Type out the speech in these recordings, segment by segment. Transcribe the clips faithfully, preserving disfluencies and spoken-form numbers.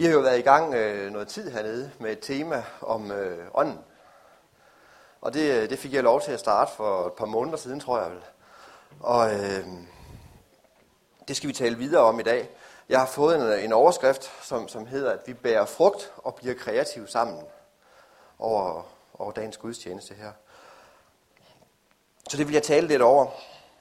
Vi har jo været i gang øh, noget tid hernede med et tema om øh, ånden. Og det, det fik jeg lov til at starte for et par måneder siden, tror jeg vel. Og øh, det skal vi tale videre om i dag. Jeg har fået en, en overskrift, som, som hedder, at vi bærer frugt og bliver kreative sammen over, over dagens gudstjeneste her. Så det vil jeg tale lidt over.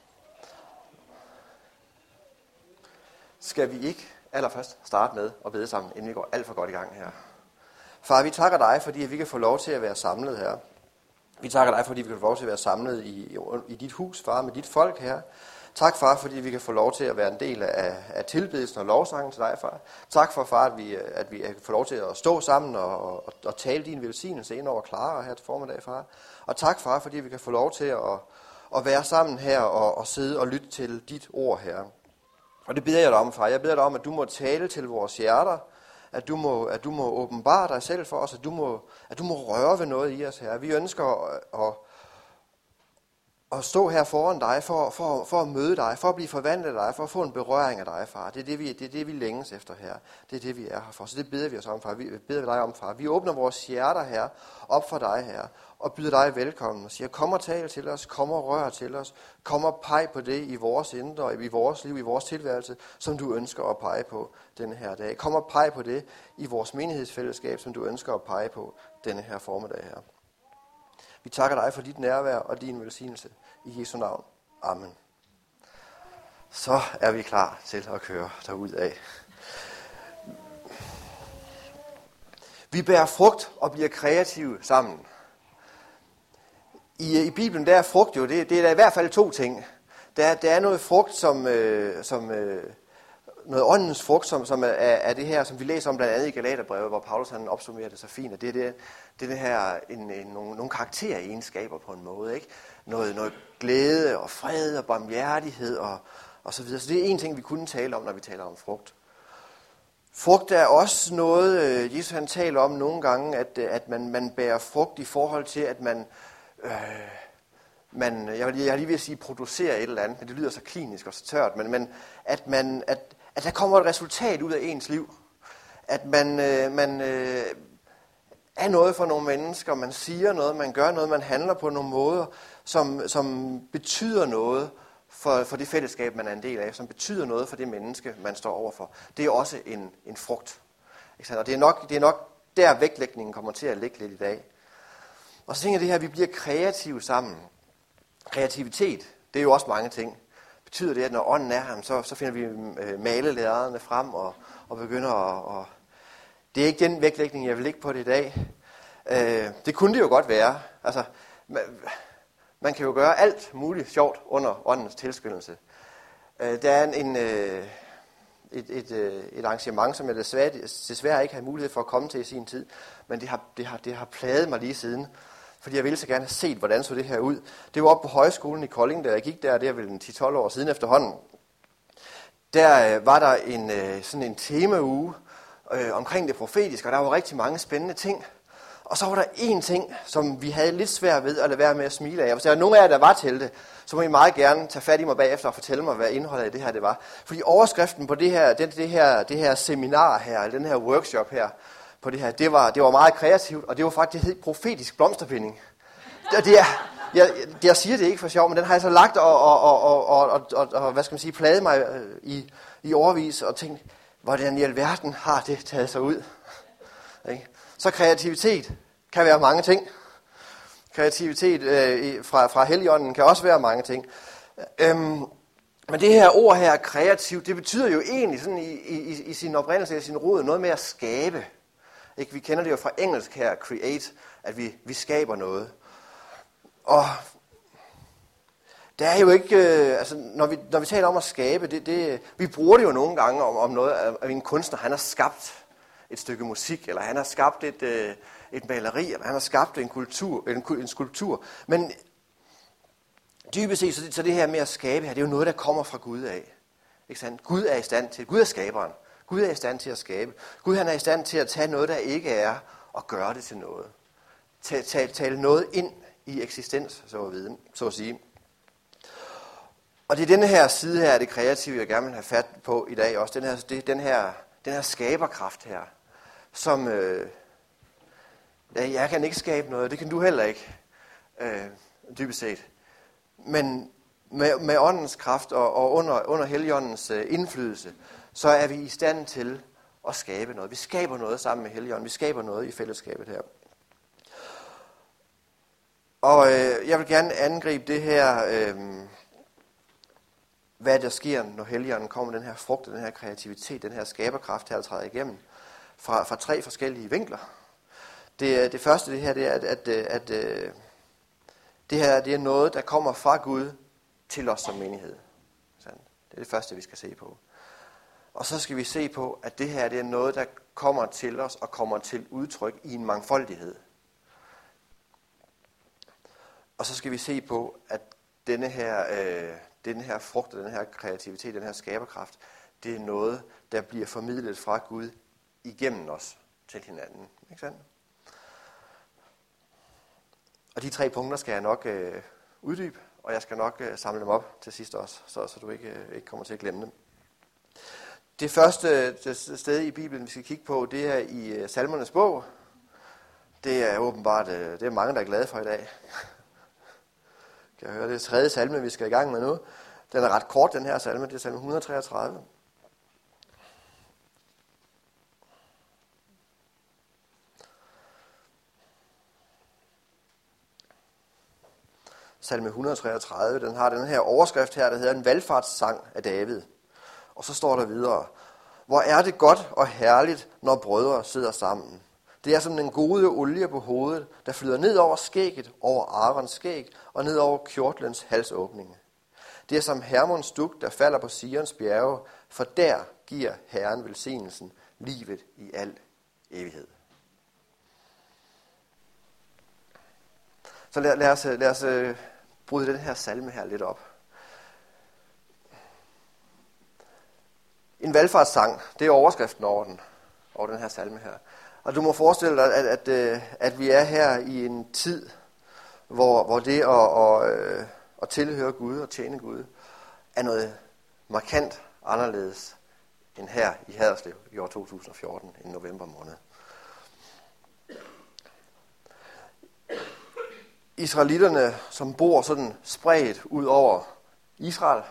Skal vi ikke allerførst starte med at bede sammen, inden vi går alt for godt i gang her? Far, vi takker dig, fordi vi kan få lov til at være samlet her. Vi takker dig, fordi vi kan få lov til at være samlet i, i dit hus, far, med dit folk her. Tak, far, fordi vi kan få lov til at være en del af, af tilbedelsen og lovsangen til dig, far. Tak for, far, at vi, at vi kan få lov til at stå sammen og, og, og tale din velsignelse ind over Clara her til formiddag, far. Og tak, far, fordi vi kan få lov til at, at være sammen her og, og sidde og lytte til dit ord her. Og det beder jeg dig om, far. Jeg beder dig om, at du må tale til vores hjerter, at du må, at du må åbenbare dig selv for os, at du må, at du må røre ved noget i os her. Vi ønsker at, at, at stå her foran dig, for, for, for at møde dig, for at blive forvandlet af dig, for at få en berøring af dig, far. Det er det, vi, det er det, vi længes efter her. Det er det, vi er her for. Så det beder vi os om, far. Vi beder dig om, far. Vi åbner vores hjerter her, op for dig her, og byder dig velkommen og siger, kom og tal til os, kom og rør til os, kom og peg på det i vores indre, i vores liv, i vores tilværelse, som du ønsker at pege på denne her dag. Kom og peg på det i vores menighedsfællesskab, som du ønsker at pege på denne her formiddag her. Vi takker dig for dit nærvær og din velsignelse i Jesu navn. Amen. Så er vi klar til at køre derud af. Vi bærer frugt og bliver kreative sammen. I, I Bibelen der er frugt jo, det, det er der i hvert fald to ting. Der, der er noget frugt, som, øh, som øh, noget åndens frugt, som, som er, er det her, som vi læser om blandt andet i Galaterbrevet, hvor Paulus han opsummerer det så fint. Og det er det, det, er det her, en, en, nogle, nogle karakteregenskaber på en måde, ikke? Noget, noget glæde og fred og barmhjertighed og, og så videre. Så det er en ting, vi kunne tale om, når vi taler om frugt. Frugt er også noget, Jesus han taler om nogle gange, at, at man, man bærer frugt i forhold til, at man Øh, man, jeg vil, jeg vil lige ved at sige, producere et eller andet, men det lyder så klinisk og så tørt, men, men at, man, at, at der kommer et resultat ud af ens liv. At man, øh, man øh, er noget for nogle mennesker, man siger noget, man gør noget, man handler på nogle måder, som, som betyder noget for, for det fællesskab, man er en del af, som betyder noget for det menneske, man står overfor. Det er også en, en frugt. Ikke? Og det er, nok, det er nok der vægtlægningen kommer til at ligge lidt i dag. Og så tænker jeg det her, at vi bliver kreative sammen. Kreativitet, det er jo også mange ting. Betyder det, at når ånden er her, så, så finder vi øh, malelærerne frem og, og begynder at... Og det er ikke den vægtlægning, jeg vil lægge på det i dag. Øh, det kunne det jo godt være. Altså, man, man kan jo gøre alt muligt sjovt under åndens tilskyndelse. Øh, der er en, en, øh, et, et, øh, et arrangement, som jeg desværre, desværre ikke har mulighed for at komme til i sin tid, men det har, det har, det har plaget mig lige siden. Fordi jeg ville så gerne have set, hvordan så det her ud. Det var oppe på højskolen i Kolding, da jeg gik der, det er vel en ti tolv år siden efterhånden. Der øh, var der en, øh, sådan en temauge øh, omkring det profetiske, og der var rigtig mange spændende ting. Og så var der en ting, som vi havde lidt svært ved at lade være med at smile af. Hvis der var nogen af jer, der var til det, så må I meget gerne tage fat i mig bagefter og fortælle mig, hvad indholdet af det her det var. Fordi overskriften på det her, det, det her, det her seminar her, eller den her workshop her, på det her, det var, det var meget kreativt, og det var faktisk, det hed profetisk blomsterbinding. Det, det er, jeg, jeg siger det ikke for sjov, men den har jeg så lagt og, og, og, og, og, og, og hvad skal man sige, plaget mig i, i årevis, og tænkt, hvordan i alverden har det taget sig ud? Okay. Så kreativitet kan være mange ting. Kreativitet øh, fra, fra Helligånden kan også være mange ting. Øhm, men det her ord her, kreativ, det betyder jo egentlig sådan i, i, i sin oprindelse, i sin rod, noget med at skabe. Ikke? Vi kender det jo fra engelsk her, create, at vi, vi skaber noget. Og der er jo ikke, øh, altså når vi, når vi taler om at skabe, det, det, vi bruger det jo nogle gange om, om noget, at en kunstner, han har skabt et stykke musik, eller han har skabt et, øh, et maleri, eller han har skabt en, kultur, en, en skulptur. Men dybest set, så det, så det her med at skabe her, det er jo noget, der kommer fra Gud af. Ikke sandt? Gud er i stand til, Gud er skaberen. Gud er i stand til at skabe. Gud han er i stand til at tage noget, der ikke er, og gøre det til noget. Tale, tale noget ind i eksistens, så at, vide, så at sige. Og det er denne her side her, det kreative, jeg gerne vil have fat på i dag også. Den her, det, den her, den her skaberkraft her. som, øh, ja, jeg kan ikke skabe noget, det kan du heller ikke, øh, dybest set. Men med, med åndens kraft og, og under, under Helligåndens øh, indflydelse, så er vi i stand til at skabe noget. Vi skaber noget sammen med Helligånden, vi skaber noget i fællesskabet her. Og øh, jeg vil gerne angribe det her, øh, hvad der sker, når Helligånden kommer, den her frugt, den her kreativitet, den her skaberkraft her, der træder igennem, fra, fra tre forskellige vinkler. Det, det første det her, det er, at, at, at, at det her det er noget, der kommer fra Gud til os som menighed. Det er det første, vi skal se på. Og så skal vi se på, at det her det er noget, der kommer til os og kommer til udtryk i en mangfoldighed. Og så skal vi se på, at denne her, øh, denne her frugt, denne her kreativitet, den her skaberkraft, det er noget, der bliver formidlet fra Gud igennem os til hinanden. Ikke sandt? Og de tre punkter skal jeg nok øh, uddybe, og jeg skal nok øh, samle dem op til sidst også, så, så du ikke, øh, ikke kommer til at glemme dem. Det første det sted i Bibelen, vi skal kigge på, det er i øh, Salmernes bog. Det er åbenbart, øh, det er mange, der er glade for i dag. Kan jeg høre, det er tredje salme, vi skal i gang med nu. Den er ret kort, den her salme, det er salme et hundrede og treogtredive. Salme et hundrede og treogtredive, den har den her overskrift her, der hedder en valfartssang af David. Og så står der videre: Hvor er det godt og herligt, når brødre sidder sammen. Det er som den gode olie på hovedet, der flyder ned over skægget, over Arons skæg og ned over kjortlens halsåbning. Det er som Hermons dug, der falder på Sions bjerge, for der giver Herren velsignelsen, livet i al evighed. Så lad, lad os, lad os uh, bryde den her salme her lidt op. En valfartssang, det er overskriften over den, over den her salme her. Og du må forestille dig, at, at, at, at vi er her i en tid, hvor, hvor det at, at, at tilhøre Gud og tjene Gud, er noget markant anderledes end her i Haderslev i år to tusind og fjorten, i november måned. Israelitterne, som bor sådan spredt ud over Israel,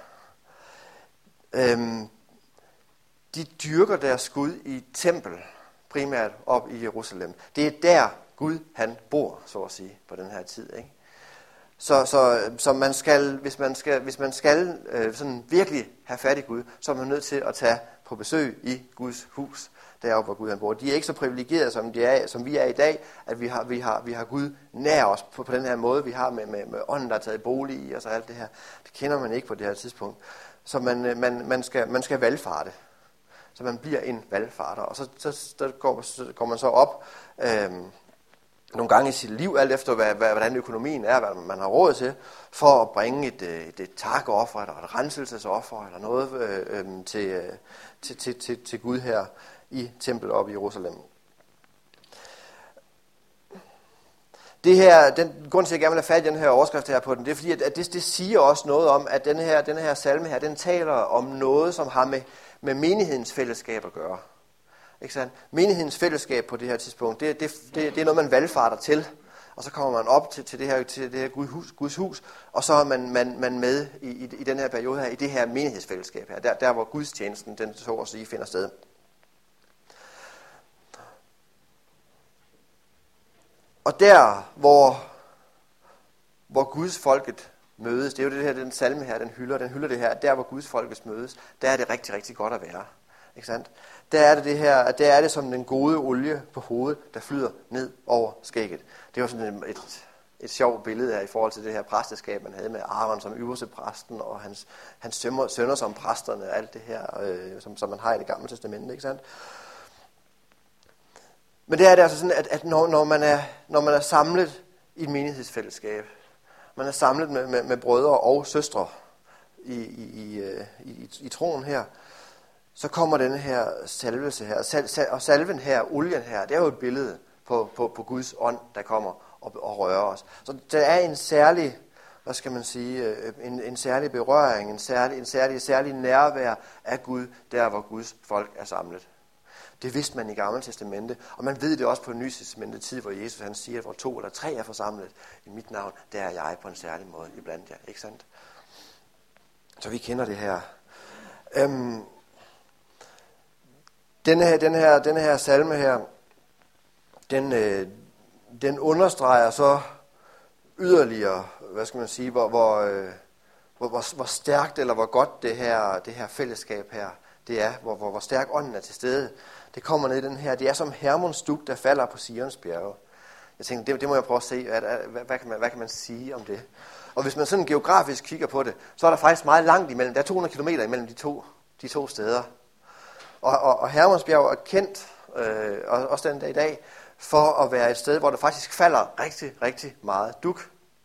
øhm, de dyrker deres Gud i et tempel, primært op i Jerusalem. Det er der Gud han bor, så at sige, på den her tid, ikke? Så, så, så man skal, hvis man skal, hvis man skal øh, sådan virkelig have fat i Gud, så er man nødt til at tage på besøg i Guds hus, deroppe hvor Gud han bor. De er ikke så privilegerede, som, de er, som vi er i dag, at vi har, vi har, vi har Gud nær os på, på den her måde, vi har med, med, med ånden, der er taget bolig i os og alt det her. Det kender man ikke på det her tidspunkt. Så man, man, man, skal, man skal valfarte. Så man bliver en valfarter, og så, så, der går, så går man så op øhm, nogle gange i sit liv, alt efter hvad, hvad, hvordan økonomien er, hvad man har råd til, for at bringe et, et, et takoffer, eller et renselsesoffer, eller noget øh, øh, til, til, til, til, til Gud her i templet oppe i Jerusalem. Det her, den grund til, at jeg gerne vil have fat i den her overskrift her på den, det er fordi, at det, det siger også noget om, at den her, den her salme her, den taler om noget, som har med, med menighedens fællesskab at gøre. Ikke sandt? Menighedens fællesskab på det her tidspunkt, det, det, det, det er noget, man valfarter til, og så kommer man op til, til det her, til det her Guds hus, Guds hus, og så er man, man, man med i, i, i den her periode her, i det her menighedsfællesskab her, der, der hvor gudstjenesten, den så at sige, finder sted. Og der, hvor, hvor Guds folket mødes, det er jo det her, den salme her, den hylder, den hylder det her, der hvor Guds folket mødes, der er det rigtig, rigtig godt at være. Ikke sandt? Der er det det her, der er det som den gode olie på hovedet, der flyder ned over skægget. Det var sådan et, et, et sjovt billede her i forhold til det her præsteskab, man havde med Aaron som øverste præsten, og hans, hans sønner, sønner som præsterne, og alt det her, øh, som, som man har i Det Gamle Testamente, ikke sandt? Men det er det altså sådan, at, at når, når, man er, når man er samlet i et menighedsfællesskab, man er samlet med, med, med brødre og søstre i, i, i, i, i troen her, så kommer denne her salvelse her, sal, sal, og salven her, olien her, det er jo et billede på, på, på Guds ånd, der kommer og, og rører os. Så der er en særlig, hvad skal man sige, en, en særlig berøring, en særlig, en særlig, særlig nærvær af Gud, der hvor Guds folk er samlet. Det vidste man i Gamle Testamente, og man ved det også på Nye Testamente tid, hvor Jesus han siger, at hvor to eller tre er forsamlet i mit navn, der er jeg på en særlig måde iblandt jer. Ikke sandt? Så vi kender det her. Øhm, denne her, den her, denne her salme her, den, øh, den understreger så yderligere, hvad skal man sige, hvor, hvor, øh, hvor, hvor, hvor stærkt eller hvor godt det her, det her fællesskab her, det er, hvor, hvor, hvor stærk ånden er til stede. Det kommer ned i den her, det er som Hermons dug, der falder på Sions bjerge. Jeg tænkte, det, det må jeg prøve at se, hvad, hvad, hvad, kan man, hvad kan man sige om det? Og hvis man sådan geografisk kigger på det, så er der faktisk meget langt imellem, der er to hundrede kilometer imellem de to, de to steder. Og, og, og Hermons bjerg er kendt, øh, også den dag i dag, for at være et sted, hvor der faktisk falder rigtig, rigtig meget dug.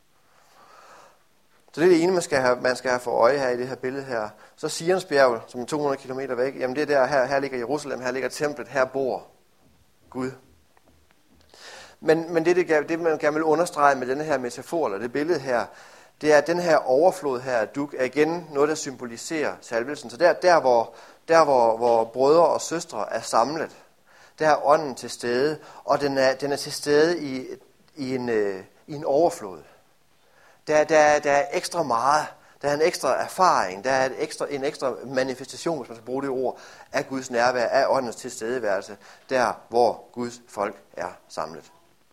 Så det er det ene, man skal have, man skal have for øje her i det her billede her. Så Sions bjerg, som er to hundrede kilometer væk, jamen det er der, her, her ligger Jerusalem, her ligger templet, her bor Gud. Men, men det, det, det, man gerne vil understrege med denne her metafor, eller det billede her, det er, at den her overflod her af dug er igen noget, der symboliserer salvelsen. Så der, der, hvor, der hvor, hvor brødre og søstre er samlet, der er ånden til stede, og den er, den er til stede i, i, en, øh, i en overflod. Der, der, der er ekstra meget, der er en ekstra erfaring, der er et ekstra, en ekstra manifestation, hvis man skal bruge det ord, af Guds nærvær, af åndens tilstedeværelse, der hvor Guds folk er samlet.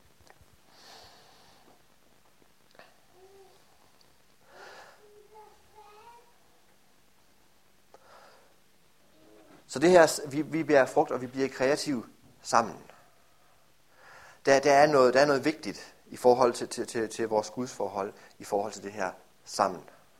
Så det her, vi, vi bliver frugt, og vi bliver kreative sammen. Der, der, er noget, der er noget vigtigt i forhold til, til, til, til vores gudsforhold, i forhold til det her sammen.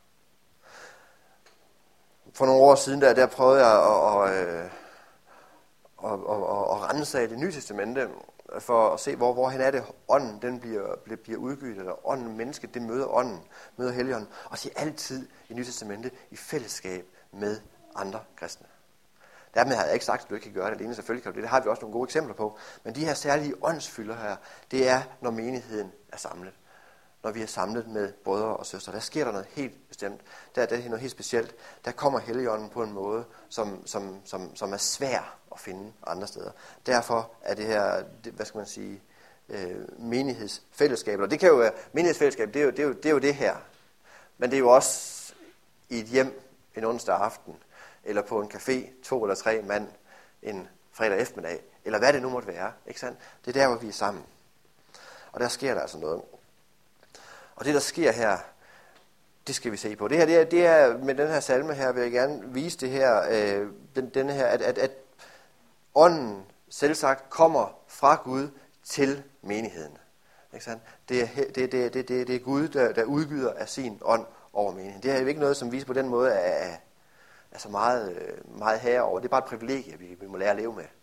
For nogle år siden, der, der prøvede jeg at, at, at, at, at, at rense af Det Nye Testamente, for at se, hvor, hvorhen er det, ånden den bliver, bliver, bliver udgivet, eller ånden, mennesket, det møder ånden, møder Helligånden, og det er altid i Nye Testamente i fællesskab med andre kristne. Dermed har jeg ikke sagt, at du ikke kan gøre det alene, selvfølgelig kan du det, det har vi også nogle gode eksempler på, men de her særlige åndsfylder her, det er, når menigheden er samlet. Når vi er samlet med brødre og søstre, der sker der noget helt bestemt. Der, der er noget helt specielt. Der kommer Helligånden på en måde, som, som, som, som er svær at finde andre steder. Derfor er det her, det, hvad skal man sige, øh, menighedsfællesskab. Og det kan jo være, menighedsfællesskab, det er, jo, det, er jo, det er jo det her. Men det er jo også i et hjem en onsdag aften, eller på en café, to eller tre mand, en fredag eftermiddag, eller hvad det nu måtte være. Ikke sandt? Det er der, hvor vi er sammen. Og der sker der altså noget. Og det, der sker her, det skal vi se på. Det her, det er, det er med den her salme her, vil jeg gerne vise det her, øh, den, denne her, at, at, at ånden selvsagt kommer fra Gud til menigheden. Ikke sandt? Det er, det, det, det, det, det er Gud, der, der udgyder af sin ånd over menigheden. Det er jo ikke noget, som viser på den måde er, er så meget, meget herover. Det er bare et privilegie, vi, vi må lære at leve med.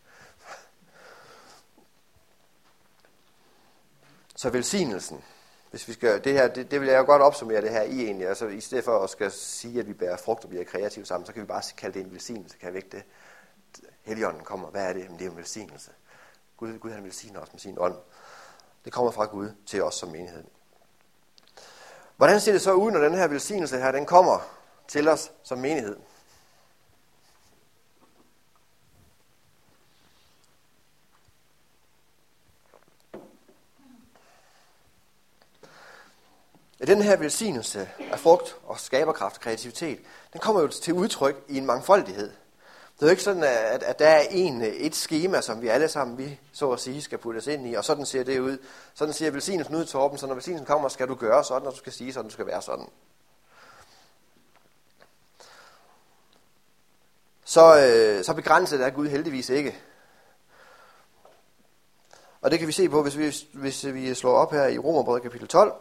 Så velsignelsen. Hvis vi skal, det, her, det, det vil jeg jo godt opsummere det her i egentlig. Altså, i stedet for at skal sige, at vi bærer frugt og bliver kreative sammen, så kan vi bare kalde det en velsignelse. Kan jeg vække det? Helligånden kommer. Hvad er det? Jamen, det er en velsignelse. Gud, Gud han velsigner os med sin ånd. Det kommer fra Gud til os som menighed. Hvordan ser det så ud, når den her velsignelse her, den kommer til os som menighed? Den her velsignelse af frugt og skaberkraft og kreativitet, den kommer jo til udtryk i en mangfoldighed. Det er jo ikke sådan, at, at der er en, et skema, som vi alle sammen, vi så at sige, skal puttes ind i, og sådan ser det ud. Sådan ser velsignelsen ud, Torben, så når velsignelsen kommer, skal du gøre sådan, og du skal sige sådan, du skal være sådan. Så, øh, så begrænset er Gud heldigvis ikke. Og det kan vi se på, hvis vi, hvis vi slår op her i Romerbrevet kapitel tolv.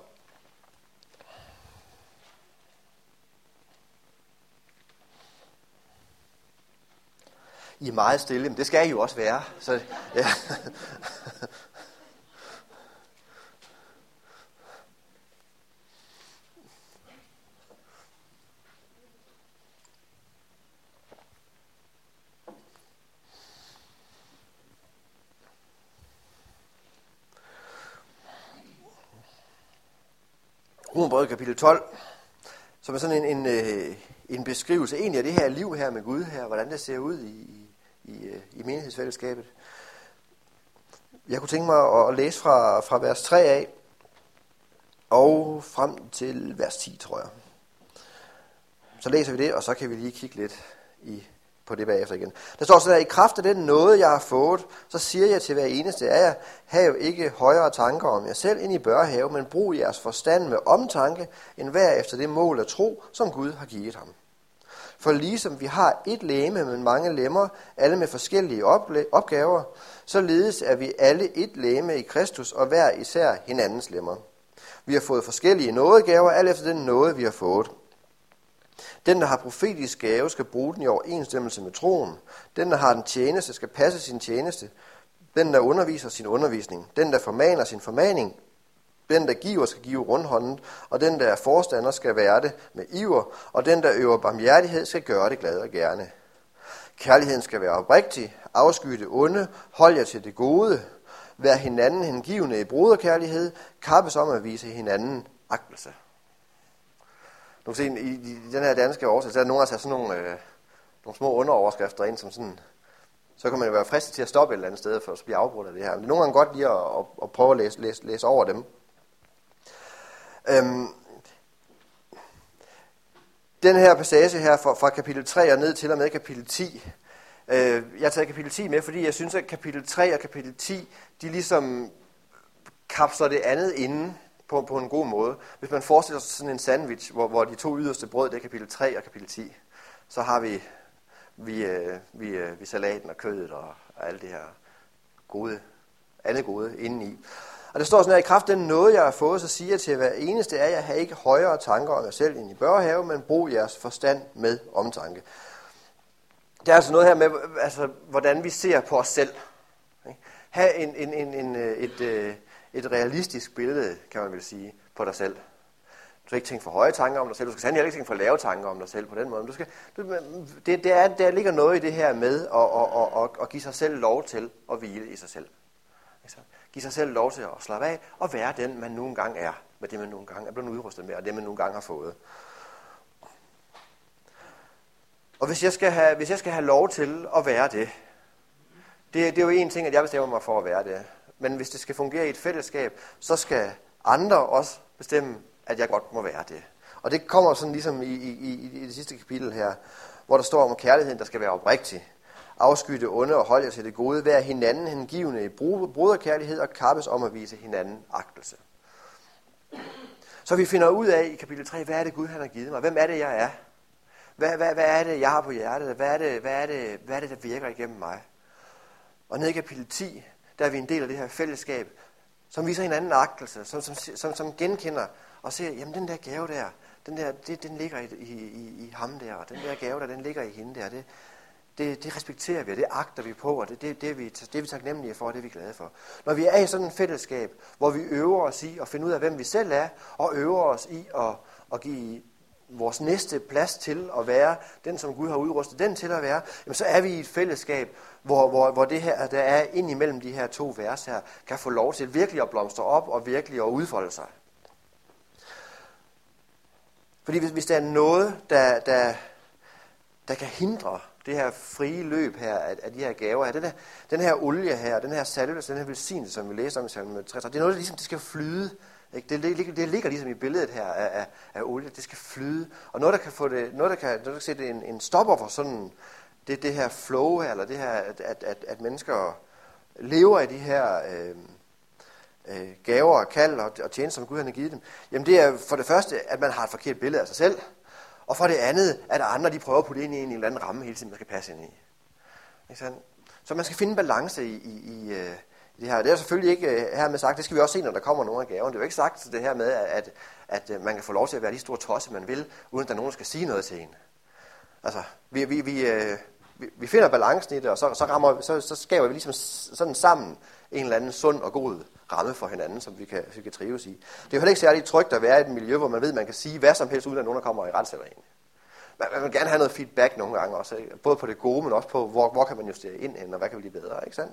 I er meget stille, men det skal I jo også være. Så, ja. Romerbrevet kapitel tolv, som er sådan en, en, en beskrivelse egentlig af det her liv her med Gud her, hvordan det ser ud i, i, i menighedsfællesskabet. Jeg kunne tænke mig at læse fra, fra vers tre af, og frem til vers ti, tror jeg. Så læser vi det, og så kan vi lige kigge lidt i, på det bagefter igen. Der står sådan her: i kraft af den nåde, jeg har fået, så siger jeg til hver eneste af jer, hav ikke højere tanker om jer selv, end I bør have, men brug jeres forstand med omtanke, end hver efter det mål af tro, som Gud har givet ham. For ligesom vi har et legeme med mange lemmer, alle med forskellige opgaver, således er vi alle et legeme i Kristus, og hver især hinandens lemmer. Vi har fået forskellige nådegaver, alt efter den nåde, vi har fået. Den, der har profetisk gave, skal bruge den i overensstemmelse med troen. Den, der har den tjeneste, skal passe sin tjeneste. Den, der underviser sin undervisning. Den, der formaner sin formaning. Den, der giver, skal give rundhåndet. Og den, der er forstander, skal være det med iver. Og den, der øver barmhjertighed, skal gøre det glad og gerne. Kærligheden skal være oprigtig. Afsky det onde. Hold jer til det gode. Vær hinanden hengivne i broderkærlighed. Kappes om at vise hinanden agtelse. Du kan se, i, i den her danske oversættelse, der er nogen, der tager sådan nogle, øh, nogle små underoverskrifter ind, som sådan, så kan man jo være fristet til at stoppe et eller andet sted, for at blive afbrudt af det her. Men det er nogle gange godt lige at, at, at prøve at læse, læse, læse over dem. Øhm, den her passage her fra, fra kapitel tre og ned til og med kapitel ti, øh, jeg har taget kapitel ti med, fordi jeg synes, at kapitel tre og kapitel ti, de ligesom kapsler det andet inden, På, på en god måde. Hvis man forestiller sig sådan en sandwich, hvor, hvor de to yderste brød, det er kapitel tre og kapitel ti, så har vi, vi, øh, vi, øh, vi salaten og kødet og, og alt det her gode, andet gode indeni. Og der står sådan her: i kraft den nåde, jeg har fået, så siger jeg til hver eneste af jer, have ikke højere tanker om jer selv, end I bør have, men brug jeres forstand med omtanke. Det er altså noget her med, altså, hvordan vi ser på os selv. Ha' en, en, en, en, et... et Et realistisk billede, kan man vel sige, på dig selv. Du skal ikke tænke for høje tanker om dig selv. Du skal sandelig ikke tænke for lave tanker om dig selv på den måde. Du skal, du, det, det er, der ligger noget i det her med at, at, at, at give sig selv lov til at hvile i sig selv. Give sig selv lov til at slappe af og være den, man nogle gange er. Med det, man nogle gange er blevet udrustet med, og det, man nogle gange har fået. Og hvis jeg skal have, hvis jeg skal have lov til at være det, det, det er jo en ting, at jeg bestemmer mig for at være det. Men hvis det skal fungere i et fællesskab, så skal andre også bestemme, at jeg godt må være det. Og det kommer sådan ligesom i, i, i det sidste kapitel her, hvor der står om kærligheden, der skal være oprigtig. Afsky det onde og hold jer til det gode. Vær hinanden hengivne i broderkærlighed og kappes om at vise hinanden agtelse. Så vi finder ud af i kapitel tre, hvad er det Gud han har givet mig? Hvem er det, jeg er? Hvad, hvad, hvad er det, jeg har på hjertet? Hvad er det, hvad er det, hvad er det der virker igennem mig? Og ned i kapitel ti, der er vi en del af det her fællesskab, som viser hinanden agtelse, som, som, som, som genkender og ser, jamen den der gave der, den, der, det, den ligger i, i, i, i ham der, og den der gave der, den ligger i hende der. Det, det, det respekterer vi, og det agter vi på, og det, det, det, er vi, det er vi taknemmelige for, og det er vi glade for. Når vi er i sådan et fællesskab, hvor vi øver os i at finde ud af, hvem vi selv er, og øver os i at, at give vores næste plads til at være den, som Gud har udrustet den til at være, jamen så er vi i et fællesskab, hvor, hvor, hvor det her, der er ind imellem de her to vers her, kan få lov til virkelig at blomstre op og virkelig at udfolde sig. Fordi hvis, hvis der er noget, der, der, der kan hindre det her frie løb her af, af de her gaver her, den her, den her olie her, den her salvelse, den her velsignelse, som vi læser om i salme tres, det er noget, der ligesom det skal flyde. Ikke? Det, det, det ligger ligesom i billedet her af, af, af olie, det skal flyde. Og noget, der kan få det, noget, der kan, noget, der kan sætte en, en stopper for sådan det, det her flow her, eller det her, at, at, at, at mennesker lever i de her øh, øh, gaver og kald og, og tjenester, som Gud har givet dem. Jamen det er for det første, at man har et forkert billede af sig selv, og for det andet, at andre de prøver at putte ind i en eller anden ramme hele tiden, man skal passe ind i. Ikke sådan? Så man skal finde en balance i, i, i øh, det her. Det er selvfølgelig ikke her med sagt, det skal vi også se, når der kommer nogle af gaverne. Det er jo ikke sagt det her med, at, at, at man kan få lov til at være lige stor tosse, man vil, uden at der er nogen, der skal sige noget til en. Altså, vi, vi, vi, vi, vi finder balancen i det, og så, så, rammer, så, så skaber vi ligesom sådan sammen en eller anden sund og god ramme for hinanden, som vi kan, vi kan trives i. Det er jo heller ikke særlig trygt at være i et miljø, hvor man ved, at man kan sige hvad som helst, uden at nogen der kommer i retsætter en. Man, man vil gerne have noget feedback nogle gange også, ikke? Både på det gode, men også på, hvor, hvor kan man justere ind hen, og hvad kan vi blive bedre, ikke sandt?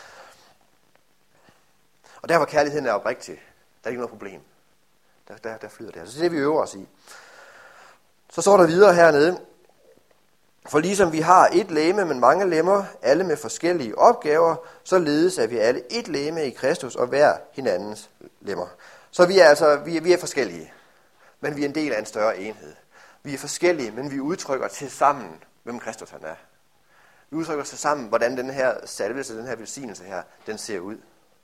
Og der hvor kærligheden er oprigtig, der er ikke noget problem. Der, der, der flyder det her. Så det er det, vi øver os i. Så står der videre hernede. For ligesom vi har et legeme, men mange lemmer, alle med forskellige opgaver, så ledes at vi alle et legeme i Kristus og hver hinandens lemmer. Så vi er altså vi er, vi er forskellige, men vi er en del af en større enhed. Vi er forskellige, men vi udtrykker til sammen, hvem Kristus han er. Vi udtrykker til sammen, hvordan den her salvelse, den her velsignelse her, den ser ud.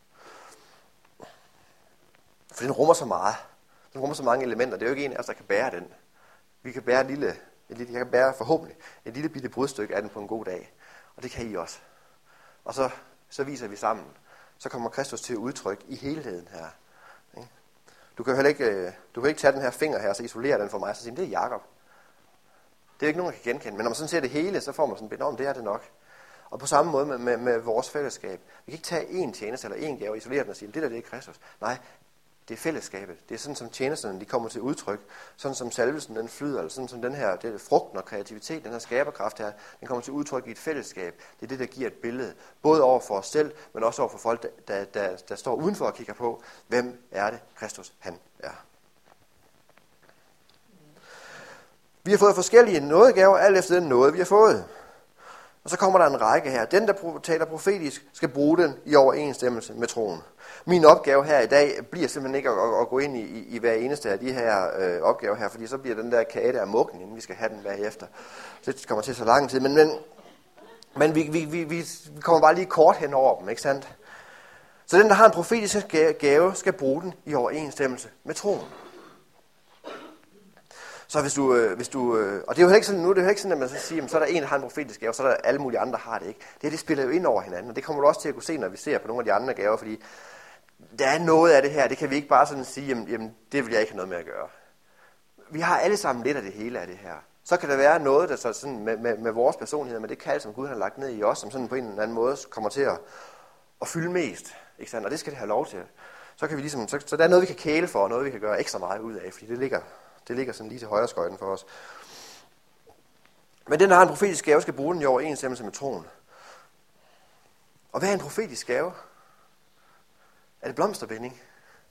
For den rummer så meget. Den rummer så mange elementer. Det er jo ikke en af os, der kan bære den. Vi kan bære et lille, et lille, jeg kan bære forhåbentlig et lille bitte brudstykke af den på en god dag. Og det kan I også. Og så, så viser vi sammen. Så kommer Kristus til at udtrykke i helheden her. Du kan heller ikke, du kan ikke tage den her finger her, og så isolere den for mig, og så sige, det er Jakob. Det er ikke nogen, der kan genkende. Men når man sådan ser det hele, så får man sådan et billede om, det er det nok. Og på samme måde med, med, med vores fællesskab. Vi kan ikke tage én tjeneste eller én gave og isolere den og sige, det der det er Kristus. Nej, det er fællesskabet. Det er sådan, som tjenesterne de kommer til udtryk. Sådan som salvelsen den flyder, eller sådan som den her det er frugten og kreativitet, den her skaberkraft her, den kommer til udtryk i et fællesskab. Det er det, der giver et billede. Både over for os selv, men også over for folk, der, der, der, der står udenfor og kigger på, hvem er det Kristus han er. Vi har fået forskellige nådegaver, alt efter den nåde, vi har fået. Og så kommer der en række her. Den, der taler profetisk, skal bruge den i overensstemmelse med troen. Min opgave her i dag bliver simpelthen ikke at, at, at gå ind i, i, i hver eneste af de her øh, opgaver her, fordi så bliver den der kage der mukken, inden vi skal have den bagefter. Så det kommer til så lang tid. Men, men, men vi, vi, vi, vi kommer bare lige kort hen over dem, ikke sandt? Så den, der har en profetisk gave, skal bruge den i overensstemmelse med troen. Så hvis du, øh, hvis du øh, og det er jo ikke sådan, nu er det jo ikke sådan, at man så siger, så er der en, der har en profetisk gave, og så er der alle mulige andre, der har det ikke. Det, det spiller jo ind over hinanden, og det kommer du også til at kunne se, når vi ser på nogle af de andre gaver, fordi der er noget af det her, det kan vi ikke bare sådan sige, jamen, jamen det vil jeg ikke have noget med at gøre. Vi har alle sammen lidt af det hele af det her. Så kan der være noget, der så sådan med, med, med vores personlighed, med det kald, som Gud har lagt ned i os, som sådan på en eller anden måde kommer til at, at fylde mest, ikke sandt? Og det skal det have lov til. Så kan vi ligesom, så, så der er noget, vi kan kæle for, og noget, vi kan gøre ekstra meget ud af, fordi det ligger Det ligger sådan lige til højre skøjten for os. Men den, der har en profetisk gave, skal bruge den i overensstemmelse med troen. Og hvad er en profetisk gave? Er det blomsterbinding?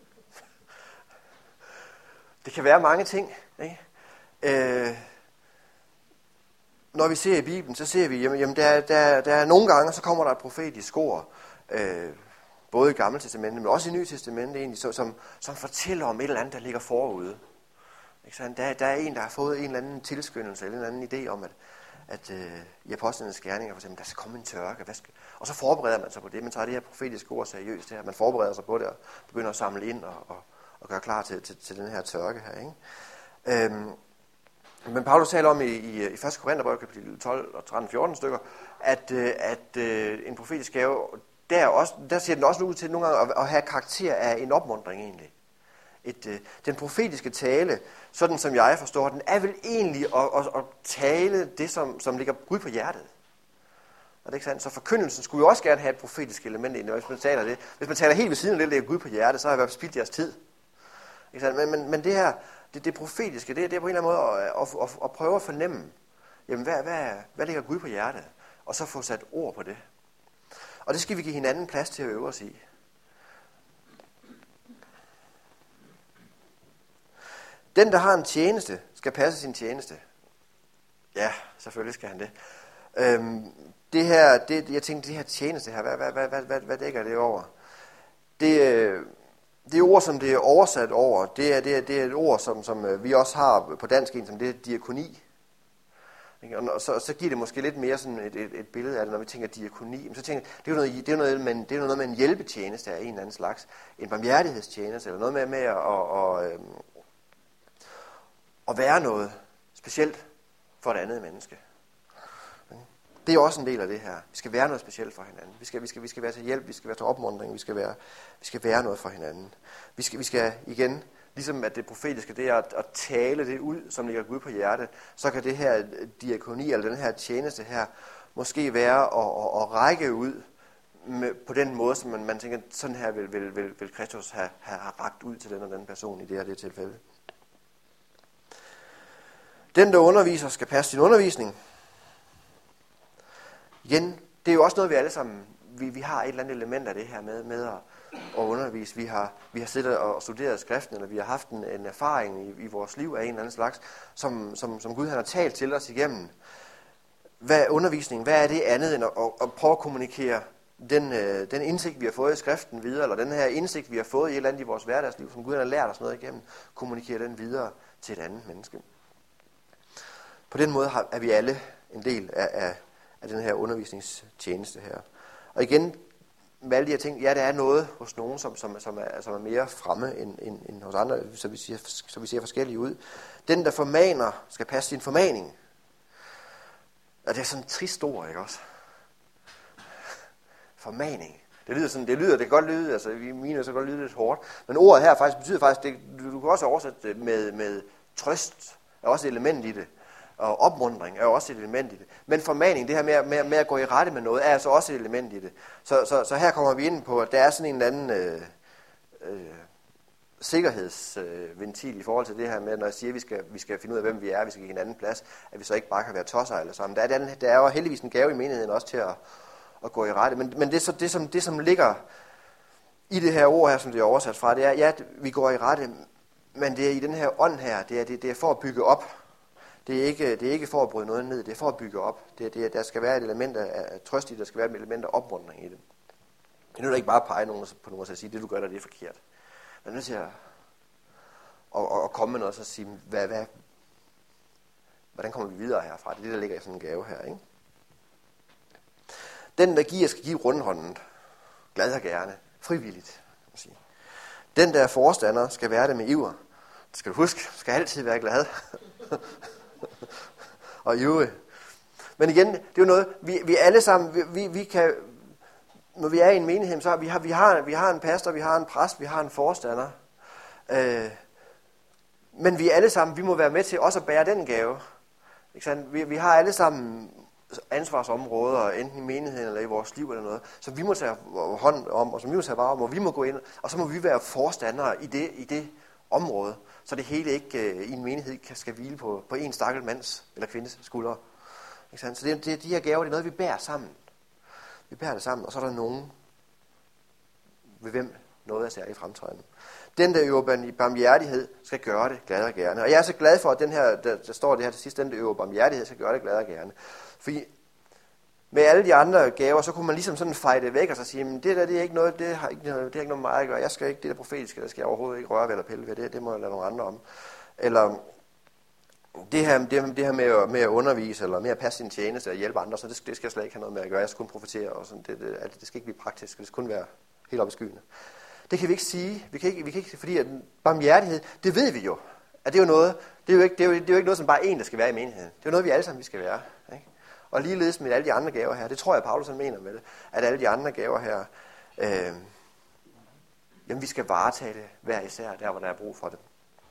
Det kan være mange ting. Ikke? Øh, når vi ser i Bibelen, så ser vi, jamen, jamen der, der, der er nogle gange, så kommer der et profetisk ord, øh, både i Gamle Testamentet, men også i Nye Testamentet egentlig, så, som, som fortæller om et eller andet, der ligger forude. Der, der er en, der har fået en eller anden tilskyndelse, eller en eller anden idé om, at, at øh, i apostlenes gerninger, for eksempel, der skal komme en tørke. Hvad skal, og så forbereder man sig på det. Man tager det her profetiske ord seriøst her. Man forbereder sig på det og begynder at samle ind og, og, og gøre klar til, til, til den her tørke her. Ikke? Øhm, men Paulus taler om i, i, i første Korintherbrev, kapitel tolv og tretten fjorten stykker, at, øh, at øh, en profetisk gave, der, også, der ser den også ud til nogle gange at, at have karakter af en opmuntring egentlig. Et, øh, den profetiske tale, sådan som jeg forstår den, er vel egentlig at, at, at tale det, som, som ligger Gud på hjertet. Er det ikke sandt? Så forkyndelsen skulle jo også gerne have et profetisk element i det, hvis man taler det. Hvis man taler helt ved siden af det, der ligger Gud på hjertet, så har jeg i hvert fald spildt jeres tid. Ikke sandt? Men, men, men det her, det, det profetiske, det, det er på en eller anden måde at, at, at, at prøve at fornemme, jamen hvad, hvad, hvad ligger Gud på hjertet? Og så få sat ord på det. Og det skal vi give hinanden plads til at øve os i. Den, der har en tjeneste, skal passe sin tjeneste. Ja, selvfølgelig skal han det. Øhm, det her, det, jeg tænkte, det her tjeneste her, hvad, hvad, hvad, hvad, hvad, hvad dækker det over? Det, det ord, som det er oversat over, det er, det er, det er et ord, som, som vi også har på dansk, som det er diakoni. Og så, så giver det måske lidt mere sådan et, et, et billede af det, når vi tænker diakoni. Så tænker det er jo noget, det er noget, med, det er noget med en hjælpetjeneste af en eller anden slags. En barmhjertighedstjeneste, eller noget med, med at... Og, og, at være noget specielt for et andet menneske. Det er også en del af det her. Vi skal være noget specielt for hinanden. Vi skal, vi skal, vi skal være til hjælp, vi skal være til opmuntring, vi skal være, vi skal være noget for hinanden. Vi skal, vi skal igen, ligesom at det profetiske, det er at, at tale det ud, som ligger Gud på hjertet, så kan det her diakoni, eller den her tjeneste her, måske være at, at, at række ud med, på den måde, som man, man tænker, sådan her vil, vil, vil, vil Kristus have, have rakt ud til den og den person i det her det tilfælde. Den, der underviser, skal passe sin undervisning. Igen, det er jo også noget, vi alle sammen, vi, vi har et eller andet element af det her med, med at, at undervise. Vi har, vi har siddet og studeret skriften, eller vi har haft en, en erfaring i, i vores liv af en eller anden slags, som, som, som Gud han har talt til os igennem. hvad er undervisning? Hvad er det andet end at, at, at prøve at kommunikere den, øh, den indsigt, vi har fået i skriften videre, eller den her indsigt, vi har fået i et eller andet i vores hverdagsliv, som Gud har lært os noget igennem, kommunikere den videre til et andet menneske. På den måde har, er vi alle en del af, af, af den her undervisningstjeneste her. Og igen, med alle de her ting, ja, der er noget hos nogen, som, som, som, er, som er mere fremme end, end, end hos andre, så vi, siger, så vi ser forskellige ud. Den, der formaner, skal passe sin formaning. Og det er sådan et trist ord, ikke også? Formaning. Det lyder sådan, det lyder, det kan godt lyde, altså i mine så godt lyde lidt hårdt, men ordet her faktisk betyder faktisk, det, du, du kan også oversætte det med, med trøst, er også et element i det, og opmuntring er også et element i det. Men formaning, det her med, med, med at gå i rette med noget, er altså også et element i det. Så, så, så her kommer vi ind på, at der er sådan en eller anden øh, øh, sikkerhedsventil øh, i forhold til det her med, når jeg siger, at vi skal, vi skal finde ud af, hvem vi er, vi skal give en anden plads, at vi så ikke bare kan være tosser eller sammen. Der er, den, der er jo heldigvis en gave i menigheden også til at at gå i rette. Men, men det, så, det, som, det, som ligger i det her ord her, som det er oversat fra, det er, ja, vi går i rette, men det er i den her ånd her, det er, det, det er for at bygge op. Det er, ikke, det er ikke for at bryde noget ned, det er for at bygge op. Det, det er, der skal være et element af, af trøst i det, der skal være et element af opmuntring i det. Det er nu ikke bare at pege nogen på nogen og sige, det du gør der, det er forkert. Man er nødt til at, at, at komme med noget og sige, hvad, hvad, hvordan kommer vi videre herfra? Det er det, der ligger i sådan en gave her, ikke? Den, der giver, skal give rundhåndet. Glad og gerne. Frivilligt. Den, der er forstander, skal være det med iver. Det skal du huske. Du skal altid være glad. og ivrig. Men igen, det er jo noget, vi, vi alle sammen, vi, vi, vi kan, når vi er i en menighed, så har vi, har, vi, har, vi har en pastor, vi har en præst, vi har en forstander. Øh, men vi alle sammen, vi må være med til også at bære den gave. Ikke sandt? Vi, vi har alle sammen ansvarsområder, enten i menigheden eller i vores liv eller noget, som vi må tage hånd om, og som vi må tage vare om, og vi må gå ind, og så må vi være forstandere i det, i det område, så det hele ikke uh, i en menighed kan, skal hvile på, på en stakkels mands eller kvindes skuldre. Ikke sandt? Så det, det, de her gaver, det er noget, vi bærer sammen. Vi bærer det sammen, og så er der nogen, ved hvem noget er særligt fremtrædende. Den, der øver barmhjertighed, skal gøre det glad og gerne. Og jeg er så glad for, at den her, der, der står det her til sidst, den, der øver barmhjertighed, skal gøre det glad og gerne. Fordi med alle de andre gaver, så kunne man ligesom sådan feje det væk og så sige, men det der, det er ikke noget, det har ikke, det har ikke noget med mig at gøre. Jeg skal ikke, det der profetiske, der skal jeg overhovedet ikke røre ved eller pille ved. Det, det må jeg lade nogle andre om. Eller det her, det, det her med, at, med at undervise, eller med at passe sin tjeneste og hjælpe andre, så det, det skal jeg slet ikke have noget med at gøre. Jeg skal kun profetere, og sådan, det, det, det skal ikke blive praktisk, det skal kun være helt op i skyene. Det kan vi ikke sige. Vi kan ikke, vi kan ikke, fordi at barmhjertighed, det ved vi jo. At det er jo noget, det er jo ikke, det er jo, det er jo ikke noget, som bare en, der skal være i menigheden. Det er jo noget, vi alle sammen vi skal være. Ikke? Og ligeledes med alle de andre gaver her, det tror jeg, Paulus han mener med det, at alle de andre gaver her, øh, jamen vi skal varetage det hver især, der hvor der er brug for det.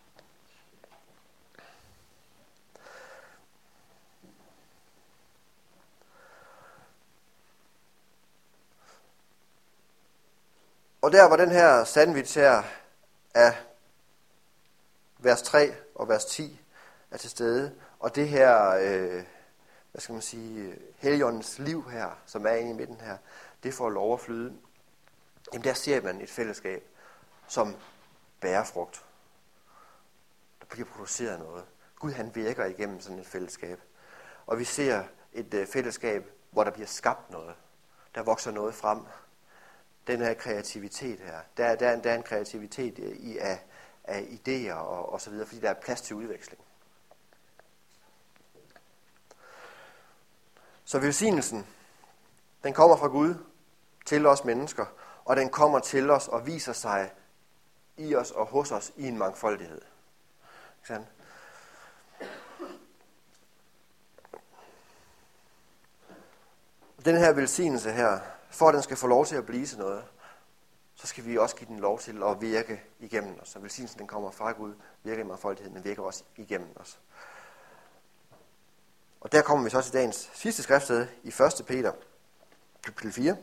Og der hvor den her sandwich her af vers tre og vers ti er til stede, og det her, øh, hvad skal man sige, Helligåndens liv her, som er inde i midten her, det får lov at flyde. Jamen der ser man et fællesskab, som bærer frugt. Der bliver produceret noget. Gud han virker igennem sådan et fællesskab. Og vi ser et øh, fællesskab, hvor der bliver skabt noget. Der vokser noget frem. Den her kreativitet her. Der, der, der er en kreativitet i af, af idéer og, og så videre, fordi der er plads til udveksling. Så velsignelsen, den kommer fra Gud til os mennesker, og den kommer til os og viser sig i os og hos os i en mangfoldighed. Ikke sandt? Den her velsignelse her, for at den skal få lov til at blive til noget, så skal vi også give den lov til at virke igennem os. Så velsignelsen den kommer fra Gud, virker i mangfoldigheden, den virker også igennem os. Og der kommer vi så til dagens sidste skriftsted i første Peter, kapitel fire.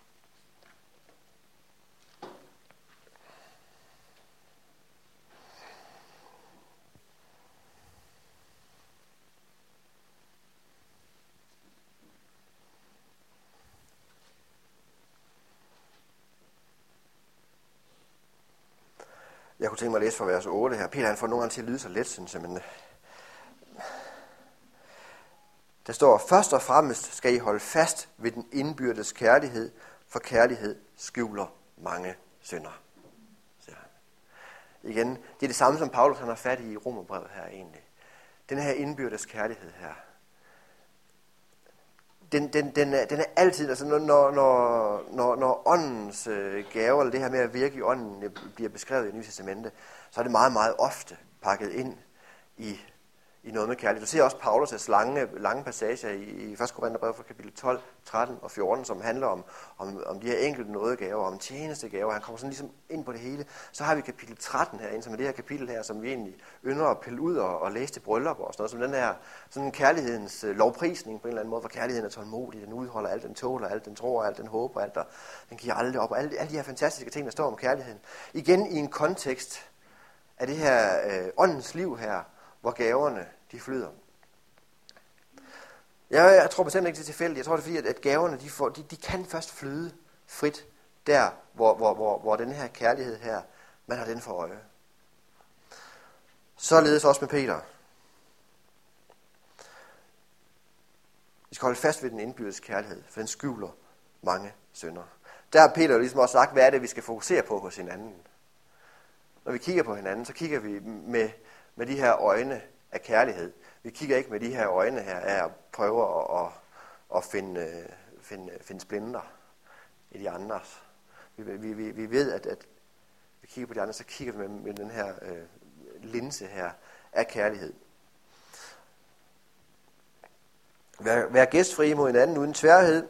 Jeg kunne tænke mig at læse fra vers otte her. Peter han får nogle gange til at lyde så let, synes jeg, men Der står, først og fremmest skal I holde fast ved den indbyrdes kærlighed, for kærlighed skjuler mange synder. Igen, det er det samme, som Paulus han har fat i i Romerbrevet her egentlig. Den her indbyrdes kærlighed her. Den, den, den, er, den er altid, altså når, når, når, når åndens øh, gave, eller det her med at virke i ånden, bliver beskrevet i Nye Testamente, så er det meget, meget ofte pakket ind i, i noget med kærlighed. Du ser også Paulus' lange, lange passager i, i første Korintherbrev fra kapitel tolv, tretten og fjorten, som handler om, om, om de her enkelte nådegaver, om tjenestegaver. Han kommer sådan ligesom ind på det hele. Så har vi kapitel tretten herinde, som er det her kapitel her, som vi egentlig ynder at pille ud og, og læse til bryllup og sådan noget, som den her sådan kærlighedens øh, lovprisning på en eller anden måde, hvor kærligheden er tålmodig, den udholder alt, den tåler alt, den tror alt, den håber alt, og den giver aldrig op, og alle, alle de her fantastiske ting, der står om kærligheden. Igen i en kontekst af det her øh, åndens liv her, hvor gaverne de flyder. Jeg, jeg tror bestemt ikke, det er tilfældigt. Jeg tror, det er fordi, at, at gaverne de, får, de, de kan først flyde frit der, hvor, hvor, hvor, hvor den her kærlighed her, man har den for øje. Således også med Peter. Vi skal holde fast ved den indbyrdes kærlighed, for den skjuler mange synder. Der har Peter jo ligesom også sagt, hvad er det, vi skal fokusere på hos hinanden. Når vi kigger på hinanden, så kigger vi med, med de her øjne af kærlighed. Vi kigger ikke med de her øjne her af at prøve at, at, at finde, finde, finde splinter i de andres. Vi, vi, vi, vi ved, at, at vi kigger på de andre, så kigger vi med, med den her øh, linse her af kærlighed. Vær, vær gæstfri mod hinanden uden tværhed,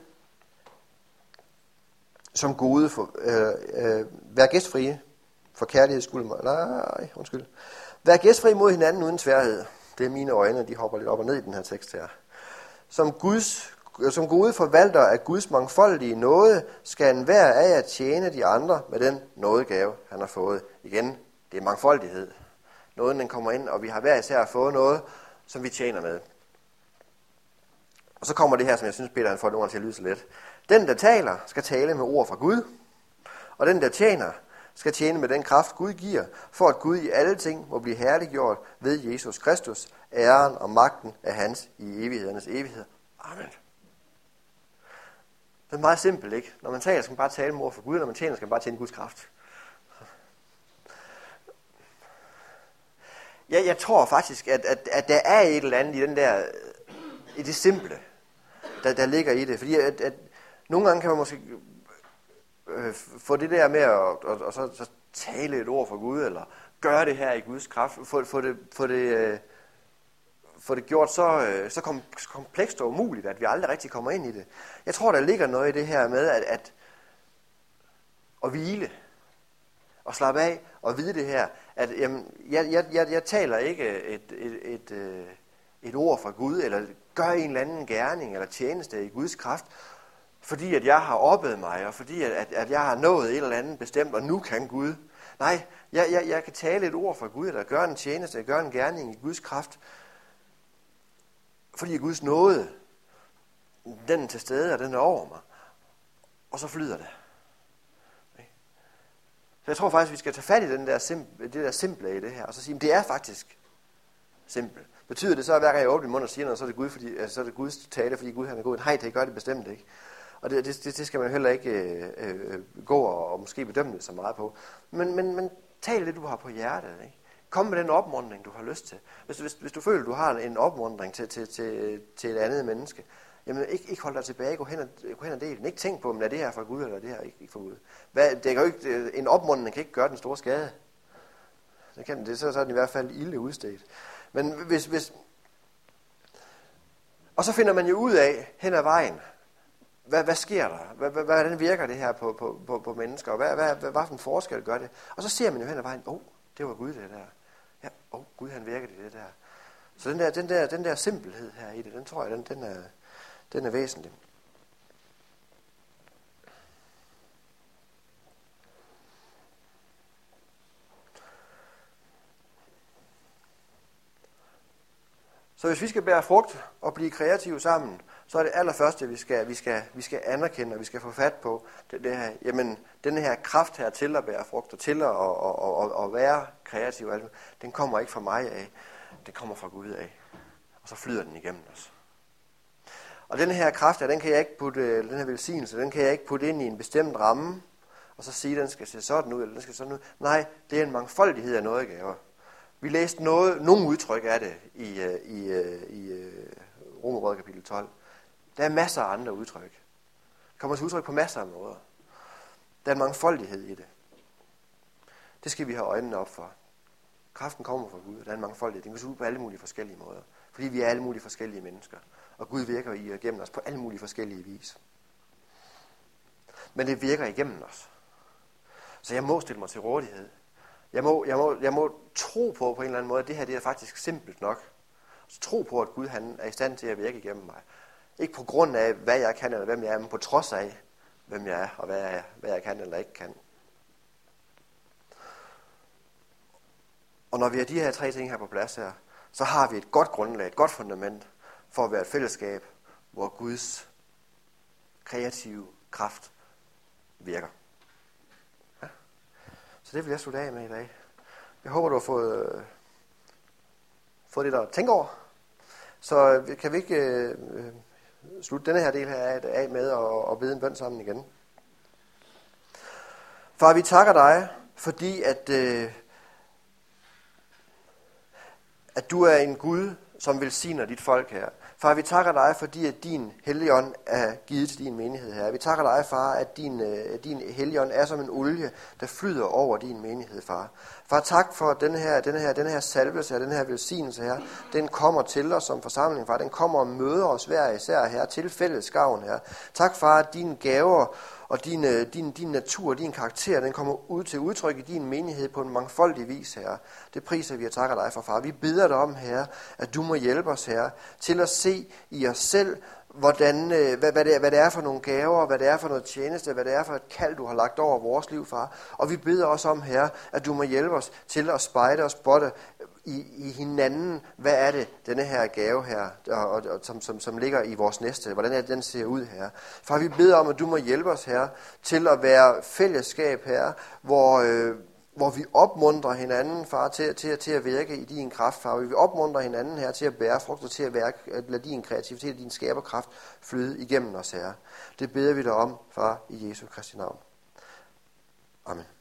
som gode for, øh, øh, vær gæstfrie for kærligheds skyld. Nej, undskyld. Vær gæstfri mod hinanden uden tværhed. Det er mine øjne, de hopper lidt op og ned i den her tekst her. Som, Guds, som gode forvalter af Guds mangfoldige nåde, skal enhver af jer tjene de andre med den nådegave, han har fået. Igen, det er mangfoldighed. Nåden den kommer ind, og vi har hver især fået noget, som vi tjener med. Og så kommer det her, som jeg synes, Peter han får nogle til at lyde så let. Den, der taler, skal tale med ord fra Gud, og den, der tjener, skal tjene med den kraft, Gud giver, for at Gud i alle ting må blive herliggjort ved Jesus Kristus, æren og magten af hans i evighedernes evighed. Amen. Det er meget simpelt, ikke? Når man taler, skal man bare tale med ord for Gud, når man tjener, skal man bare tjene Guds kraft. Jeg, jeg tror faktisk, at, at, at der er et eller andet i den der, i det simple, der, der ligger i det. Fordi at, at nogle gange kan man måske øh, få det der med at og, og så, så tale et ord for Gud, eller gøre det her i Guds kraft, få, få, det, få, det, øh, få det gjort så, øh, så kom, komplekst og umuligt, at vi aldrig rigtig kommer ind i det. Jeg tror, der ligger noget i det her med at, at, at hvile, og slappe af, og vide det her, at jamen, jeg, jeg, jeg, jeg taler ikke et, et, et, et, et ord fra Gud, eller gør en eller anden gerning, eller tjeneste i Guds kraft, fordi at jeg har oplevet mig, og fordi at, at, at jeg har nået et eller andet bestemt, og nu kan Gud. Nej, jeg, jeg, jeg kan tale et ord fra Gud, eller gøre en tjeneste, eller gøre en gerning i Guds kraft, fordi Guds nåde, den er til stede, og den er over mig, og så flyder det. Så jeg tror faktisk, vi skal tage fat i den der simple, det der simple i det her, og så sige, at det er faktisk simpelt. Betyder det så, at hver gang jeg åbner min mund og siger noget, så er det, Gud, fordi, så er det Guds tale, fordi Gud han er god? Nej, det gør det bestemt ikke. Og det, det, det skal man heller ikke øh, øh, gå og, og måske bedømme det så meget på. Men, men, men tal det, du har på hjertet. Ikke? Kom med den opmuntring, du har lyst til. Hvis, hvis, hvis du føler, at du har en opmuntring til, til, til, til et andet menneske, jamen ikke, ikke hold dig tilbage, gå hen og, gå hen og del den. Ikke tænk på, om er det her fra Gud, eller er det her ikke, ikke fra Gud. Hvad, det kan jo ikke, en opmuntring kan ikke gøre den store skade. Det kan det, så, så er den i hvert fald ilde udstedt. Men hvis, hvis... Og så finder man jo ud af, hen ad vejen, hvad, hvad sker der? Hvad, hvad, hvordan virker det her på, på, på, på mennesker? Og hvad, hvad, hvad, hvad for en forskel gør det? Og så ser man jo hen ad vejen, åh, oh, det var Gud det der. Ja, åh, oh, Gud han virker det, det der. Så den der, den der, den der simpelhed her i det, den tror jeg, den, den, er, den er væsentlig. Så hvis vi skal bære frugt og blive kreative sammen, så er det allerførste, vi skal, vi skal, vi skal anerkende, og vi skal få fat på, det, det her, jamen, den her kraft her til at bære frugt og til at og, og, og, og være kreativ, den kommer ikke fra mig af, det kommer fra Gud af. Og så flyder den igennem os. Og den her kraft, den kan jeg ikke putte, den her velsignelse, den kan jeg ikke putte ind i en bestemt ramme, og så sige, at den skal se sådan ud, eller den skal sådan ud. Nej, det er en mangfoldighed af nådegaver. Vi læste noget, nogle udtryk af det i, i, i, i Romerbrevet kapitel tolv. Der er masser af andre udtryk. Det kommer til udtryk på masser af måder. Der er en mangfoldighed i det. Det skal vi have øjnene op for. Kraften kommer fra Gud, og der er en mangfoldighed. Den kan se ud på alle mulige forskellige måder. Fordi vi er alle mulige forskellige mennesker. Og Gud virker i og gennem os på alle mulige forskellige vis. Men det virker igennem os. Så jeg må stille mig til rådighed. Jeg må, jeg må, jeg må tro på på en eller anden måde, at det her det er faktisk simpelt nok. Så tro på, at Gud han er i stand til at virke igennem mig. Ikke på grund af, hvad jeg kan eller hvem jeg er, men på trods af, hvem jeg er og hvad jeg, hvad jeg kan eller ikke kan. Og når vi har de her tre ting her på plads her, så har vi et godt grundlag, et godt fundament for at være et fællesskab, hvor Guds kreative kraft virker. Ja. Så det vil jeg slutte af med i dag. Jeg håber, du har fået, øh, fået lidt at tænke over. Så kan vi ikke øh, slutte denne her del her af, af med og, og bede en bøn sammen igen. Far, vi takker dig, fordi at, øh, at du er en Gud, som velsigner dit folk her. Far, vi takker dig, fordi at din Helligånd er givet til din menighed her. Vi takker dig, far, at din, at din Helligånd er som en olie, der flyder over din menighed, far. Far, tak for den her, den her, den her salvelse og den her velsignelse her. Den kommer til os som forsamling, far. Den kommer og møder os hver især her til fælles gavn her. Tak, far, at dine gaver og din, din, din natur og din karakter, den kommer ud til udtryk i din menighed på en mangfoldig vis, her. Det priser vi og takker dig for, far. Vi beder dig om, her, at du må hjælpe os, her, til at se i os selv, hvordan, hvad, hvad, det er, hvad det er for nogle gaver, hvad det er for noget tjeneste, hvad det er for et kald, du har lagt over vores liv, far. Og vi beder også om, her, at du må hjælpe os til at spejde og spotte i, i hinanden, hvad er det, denne her gave her, og, og, og, som, som, som ligger i vores næste, hvordan er det, den ser ud her. Far, vi beder om, at du må hjælpe os her, til at være fællesskab her, hvor, øh, hvor vi opmuntrer hinanden, far, til, til, til at virke i din kraft, far. Vi opmuntrer hinanden her til at bære frugter, til at, værke, at lade din kreativitet og din skaberkraft flyde igennem os her. Det beder vi dig om, far, i Jesu Kristi navn. Amen.